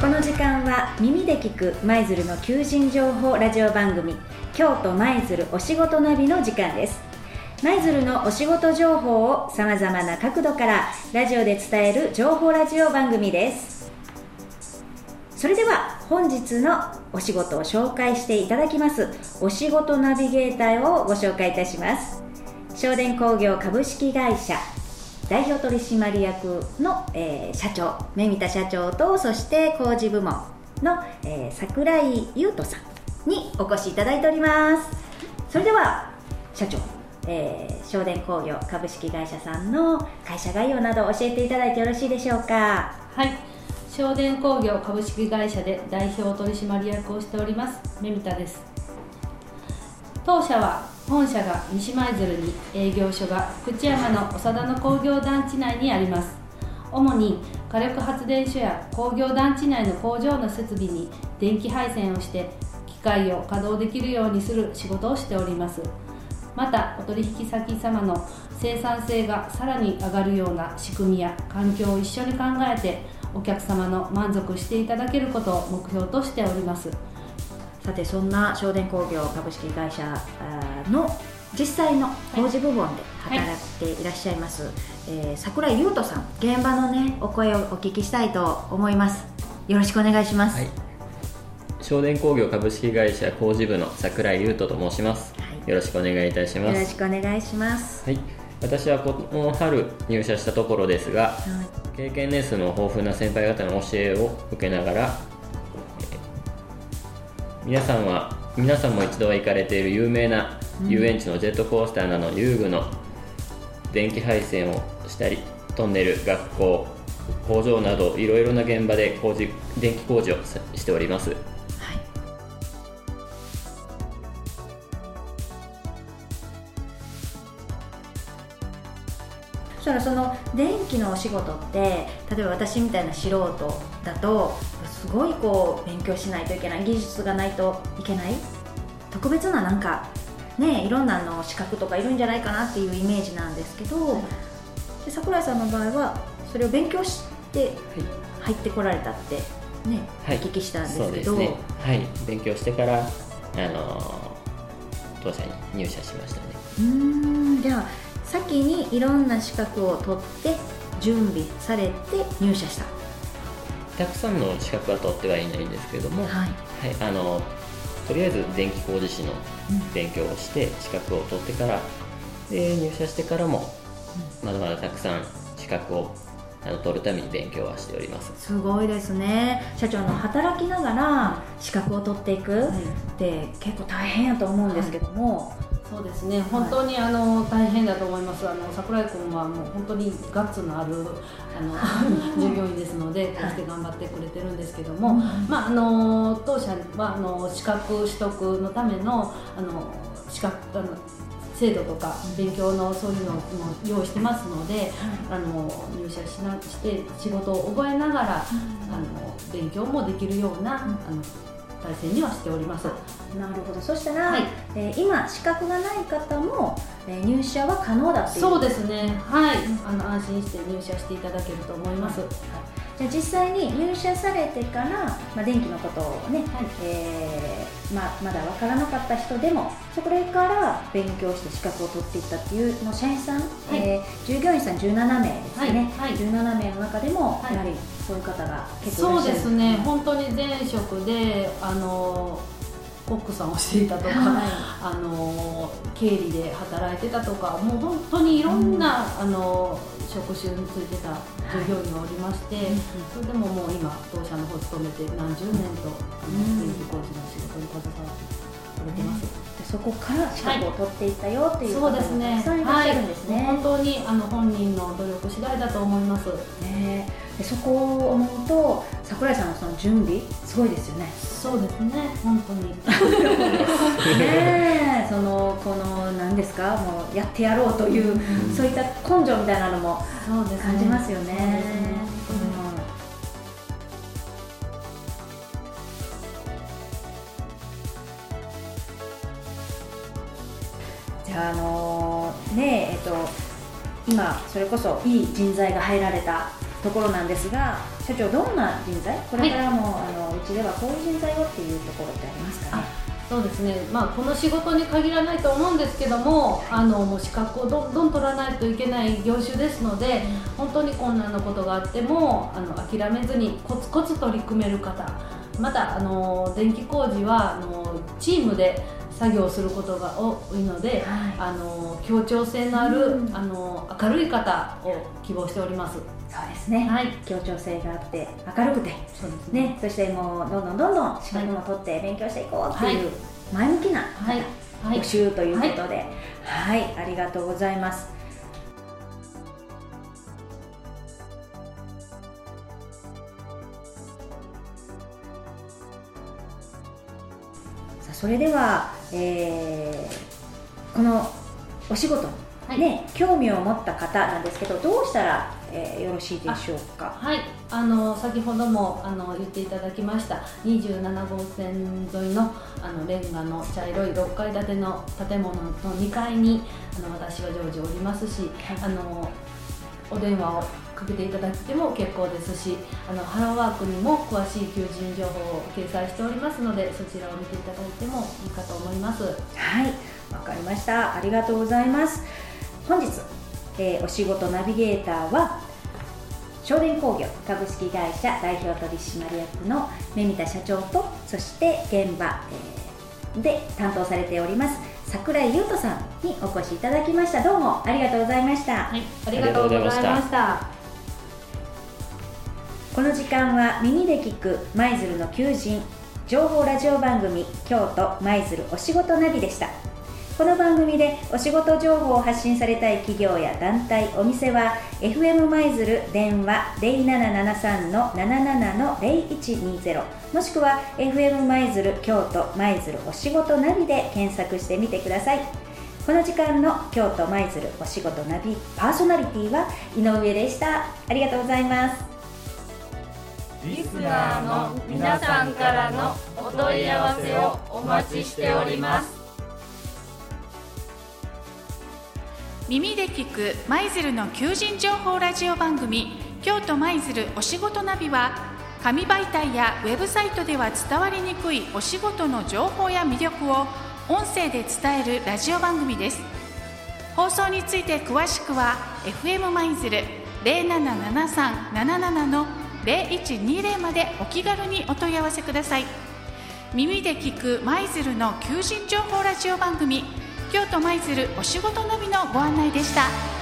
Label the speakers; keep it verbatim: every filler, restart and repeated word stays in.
Speaker 1: この時間は耳で聞く舞鶴の求人情報ラジオ番組、京都舞鶴お仕事ナビの時間です。舞鶴のお仕事情報をさまざまな角度からラジオで伝える情報ラジオ番組です。それでは本日のお仕事を紹介していただきますお仕事ナビゲーターをご紹介いたします。正電工業株式会社代表取締役の、えー、社長目見田社長と、そして工事部門の、えー、櫻井優斗さんにお越しいただいております。それでは社長、えー、正電工業株式会社さんの会社概要など教えていただいてよろしいでしょうか。
Speaker 2: はい、正電工業株式会社で代表取締役をしております目見田です。当社は本社が西舞鶴に、営業所が福知山の長田の工業団地内にあります。主に火力発電所や工業団地内の工場の設備に電気配線をして機械を稼働できるようにする仕事をしております。またお取引先様の生産性がさらに上がるような仕組みや環境を一緒に考えて、お客様の満足していただけることを目標としております。
Speaker 1: さて、そんな正電工業株式会社の実際の工事部門で働いていらっしゃいます、はい、えー、櫻井優斗さん、現場のねお声をお聞きしたいと思います。よろしくお願いします。はい、
Speaker 3: 正電工業株式会社工事部の櫻井優斗と申します。はい、よろしくお願いいたします。
Speaker 1: よろしくお願いします。
Speaker 3: はい、私はこの春入社したところですが、はい、経験年数の豊富な先輩方の教えを受けながら、皆さんは皆さんも一度は行かれている有名な遊園地のジェットコースターなどの遊具の電気配線をしたり、トンネル、学校、工場などいろいろな現場で工事電気工事をしております。はい、
Speaker 1: そしたらその電気のお仕事って、例えば私みたいな素人だとすごいこう勉強しないといけない、技術がないといけない、特別ななんかね、いろんなの資格とかいるんじゃないかなっていうイメージなんですけど、はい、で櫻井さんの場合はそれを勉強して入ってこられたってね、はい、お聞きしたんですけど。そうですね、
Speaker 3: はい、勉強してから、あの当社に入社しましたね。
Speaker 1: うーん、じゃあ先にいろんな資格を取って準備されて入社した。
Speaker 3: たくさんの資格は取ってはいないんですけども、はいはい、あのとりあえず電気工事士の勉強をして資格を取ってから、で入社してからもまだまだたくさん資格をあの取るために勉強はしております。
Speaker 1: すごいですね。社長の働きながら資格を取っていくって結構大変やと思うんですけども、はい、
Speaker 2: そうですね、本当にあの大変だと思います。あの櫻井君はもう本当にガッツのあるあの従業員ですので、こうして頑張ってくれてるんですけども、まあ、あの当社はあの資格取得のためのあの資格あの制度とか勉強のそういうのも用意してますので、あの入社しなして仕事を覚えながら、あの勉強もできるような、あの体制にはしております。
Speaker 1: なるほど。そしたら、はい、えー、今資格がない方も、えー、入社は可能だっていう。
Speaker 2: そうですね、はい、あの安心して入社していただけると思います。はい、
Speaker 1: じゃあ実際に入社されてから、まあ、電気のことをね、はい、えーまあ、まだ分からなかった人でもそれから勉強して資格を取っていったっていうの社員さん、はい、えー、従業員さんじゅうななめいですね、はいはい、じゅうななめいの中でも、はい、やはりそういう方が結構いらっしゃる。
Speaker 2: そうですね、本当に前職であのコックさんをしていたとか、はい、あの経理で働いてたとか、もう本当にいろんな、うん、あの職種についてた従業員がおりまして、はい、それでももう今当社の方勤めて何十年と、うん、電気工事の仕事に携わってくれてます。
Speaker 1: でそこから資格を取っていったよっていう方がたくさんいらっしゃるんですね。
Speaker 2: はい、本当にあの本人の努力次第だと思います。
Speaker 1: ね、でそこを思うと櫻井さんのその準備すごいですよね。
Speaker 2: そうですね、本当に
Speaker 1: ね、そのこの何ですか、もうやってやろうという、うん、そういった根性みたいなのも感じますよね。じゃあ、あのー、ねえ、えっと今それこそいい人材が入られたところなんですが、社長どんな人材、これからも、はい、あのうちではこういう人材をっていうところってありますかね。
Speaker 2: そうですね、まあ、この仕事に限らないと思うんですけども、あのもう資格をどんどん取らないといけない業種ですので、本当に困難なことがあってもあの諦めずにコツコツ取り組める方、またあの電気工事はあのチームで作業することが多いので、はい、あの協調性のある、うん、あの明るい方を希望しております。
Speaker 1: そうですね、はい、協調性があって明るくて、そうですね、ね、そしてもうどんどんどんどん資格も取って勉強していこうっていう前向きな募集ということで、はい、はいはい、ありがとうございます。さあそれでは、えー、このお仕事に、ね、はい、興味を持った方なんですけど、どうしたらえー、よろしいでしょうか。
Speaker 2: はい、あの先ほどもあの言っていただきましたにじゅうななごうせん沿いのあのレンガの茶色いろっかい建ての建物のにかいにあの私は常時おりますし、はい、あのお電話をかけていただいても結構ですし、あのハローワークにも詳しい求人情報を掲載しておりますので、そちらを見ていただいてもいいかと思います。
Speaker 1: はい、わかりました。ありがとうございます。本日えー、お仕事ナビゲーターは正電工業株式会社代表取締役の目見田社長と、そして現場、えー、で担当されております櫻井優斗さんにお越しいただきました。どうもありがとうございました。
Speaker 2: はい、ありがとうございました。
Speaker 1: この時間は耳で聞く舞鶴の求人情報ラジオ番組京都舞鶴お仕事ナビでした。この番組でお仕事情報を発信されたい企業や団体、お店は エフエム 舞鶴電話 ゼロななななさん なななな ゼロいちにゼロ もしくは エフエム 舞鶴京都舞鶴お仕事ナビで検索してみてください。この時間の京都舞鶴お仕事ナビパーソナリティは井上でした。ありがとうございます。
Speaker 4: リスナーの皆さんからのお問い合わせをお待ちしております。
Speaker 5: 耳で聞く舞鶴の求人情報ラジオ番組京都舞鶴お仕事ナビは、紙媒体やウェブサイトでは伝わりにくいお仕事の情報や魅力を音声で伝えるラジオ番組です。放送について詳しくは エフエム 舞鶴 ゼロななななさん なななな のゼロいちにゼロまでお気軽にお問い合わせください。耳で聞く舞鶴の求人情報ラジオ番組京都舞鶴お仕事ナビのご案内でした。